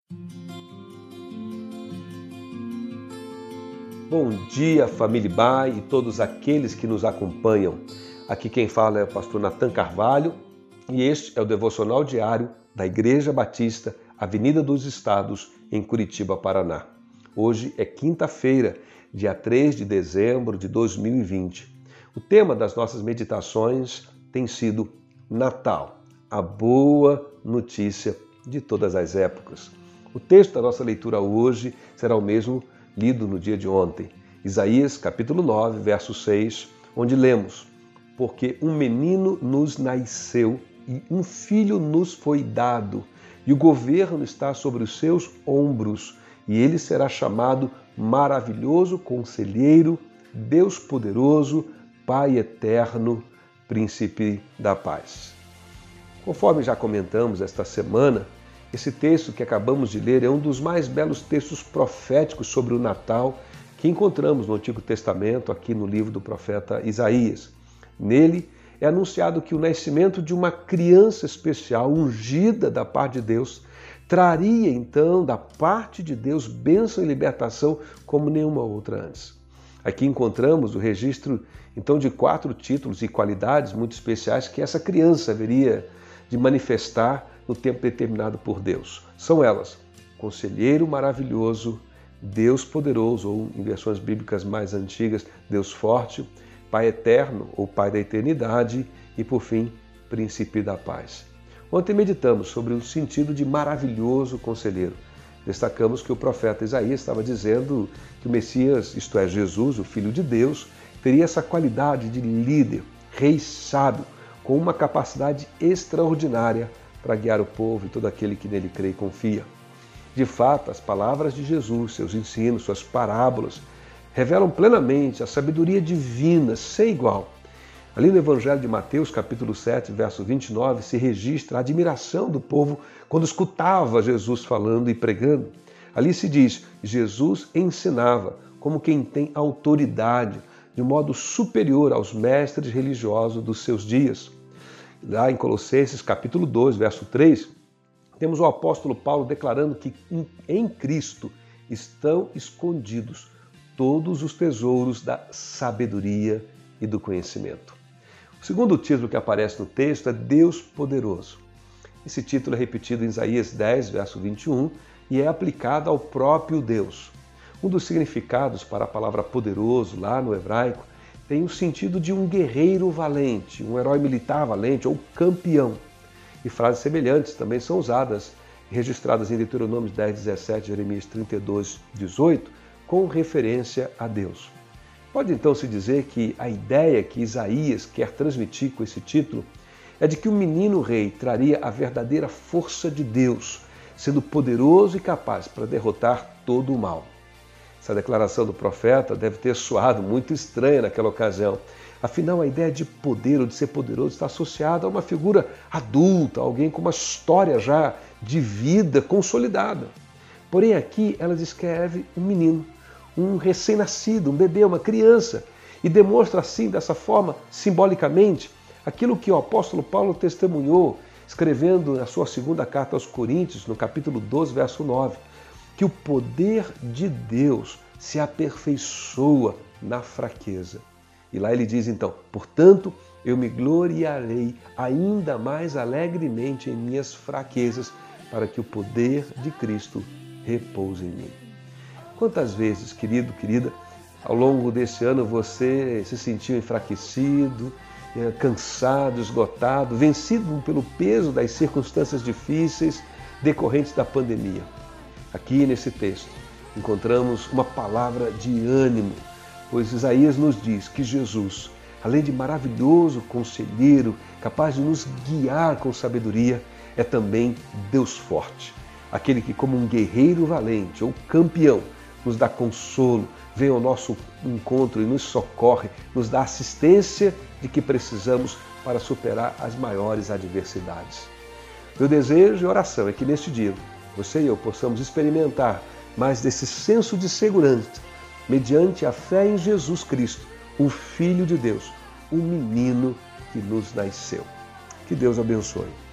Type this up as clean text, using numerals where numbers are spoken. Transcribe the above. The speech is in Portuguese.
Bom dia, família Bai e todos aqueles que nos acompanham. Aqui quem fala é o pastor Natan Carvalho e este é o devocional diário da Igreja Batista, Avenida dos Estados, em Curitiba, Paraná. Hoje é quinta-feira, dia 3 de dezembro de 2020. O tema das nossas meditações tem sido Natal, a boa notícia de todas as épocas. O texto da nossa leitura hoje será o mesmo lido no dia de ontem, Isaías capítulo 9, verso 6, onde lemos: Porque um menino nos nasceu e um filho nos foi dado, e o governo está sobre os seus ombros, e ele será chamado Maravilhoso Conselheiro, Deus Poderoso, Pai Eterno, Príncipe da Paz. Conforme já comentamos esta semana, esse texto que acabamos de ler é um dos mais belos textos proféticos sobre o Natal que encontramos no Antigo Testamento, aqui no livro do profeta Isaías. Nele é anunciado que o nascimento de uma criança especial, ungida da parte de Deus, traria então da parte de Deus bênção e libertação como nenhuma outra antes. Aqui encontramos o registro então de 4 títulos e qualidades muito especiais que essa criança haveria de manifestar no tempo determinado por Deus. São elas: Conselheiro Maravilhoso, Deus Poderoso, ou em versões bíblicas mais antigas, Deus Forte, Pai Eterno, ou Pai da Eternidade, e por fim, Príncipe da Paz. Ontem meditamos sobre o sentido de maravilhoso conselheiro. Destacamos que o profeta Isaías estava dizendo que o Messias, isto é, Jesus, o Filho de Deus, teria essa qualidade de líder, rei sábio, com uma capacidade extraordinária para guiar o povo e todo aquele que nele crê e confia. De fato, as palavras de Jesus, seus ensinos, suas parábolas, revelam plenamente a sabedoria divina sem igual. Ali no Evangelho de Mateus, capítulo 7, verso 29, se registra a admiração do povo quando escutava Jesus falando e pregando. Ali se diz: Jesus ensinava como quem tem autoridade, de modo superior aos mestres religiosos dos seus dias. Lá em Colossenses capítulo 2, verso 3, temos o apóstolo Paulo declarando que em Cristo estão escondidos todos os tesouros da sabedoria e do conhecimento. O segundo título que aparece no texto é Deus Poderoso. Esse título é repetido em Isaías 10, verso 21, e é aplicado ao próprio Deus. Um dos significados para a palavra poderoso lá no hebraico tem o sentido de um guerreiro valente, um herói militar valente ou campeão. E frases semelhantes também são usadas, registradas em Deuteronômio 10, 17, Jeremias 32, 18, com referência a Deus. Pode então se dizer que a ideia que Isaías quer transmitir com esse título é de que o menino rei traria a verdadeira força de Deus, sendo poderoso e capaz para derrotar todo o mal. Essa declaração do profeta deve ter soado muito estranha naquela ocasião. Afinal, a ideia de poder ou de ser poderoso está associada a uma figura adulta, alguém com uma história já de vida consolidada. Porém, aqui ela descreve um menino, um recém-nascido, um bebê, uma criança, e demonstra assim, dessa forma, simbolicamente, aquilo que o apóstolo Paulo testemunhou, escrevendo na sua segunda carta aos Coríntios, no capítulo 12, verso 9, que o poder de Deus se aperfeiçoa na fraqueza. E lá ele diz então: portanto, eu me gloriarei ainda mais alegremente em minhas fraquezas, para que o poder de Cristo repouse em mim. Quantas vezes, querido, querida, ao longo desse ano você se sentiu enfraquecido, cansado, esgotado, vencido pelo peso das circunstâncias difíceis decorrentes da pandemia? Aqui nesse texto encontramos uma palavra de ânimo, pois Isaías nos diz que Jesus, além de maravilhoso conselheiro, capaz de nos guiar com sabedoria, é também Deus forte, aquele que, como um guerreiro valente ou campeão, nos dá consolo, vem ao nosso encontro e nos socorre, nos dá assistência de que precisamos para superar as maiores adversidades. Meu desejo e oração é que neste dia você e eu possamos experimentar mais desse senso de segurança, mediante a fé em Jesus Cristo, o Filho de Deus, o menino que nos nasceu. Que Deus abençoe.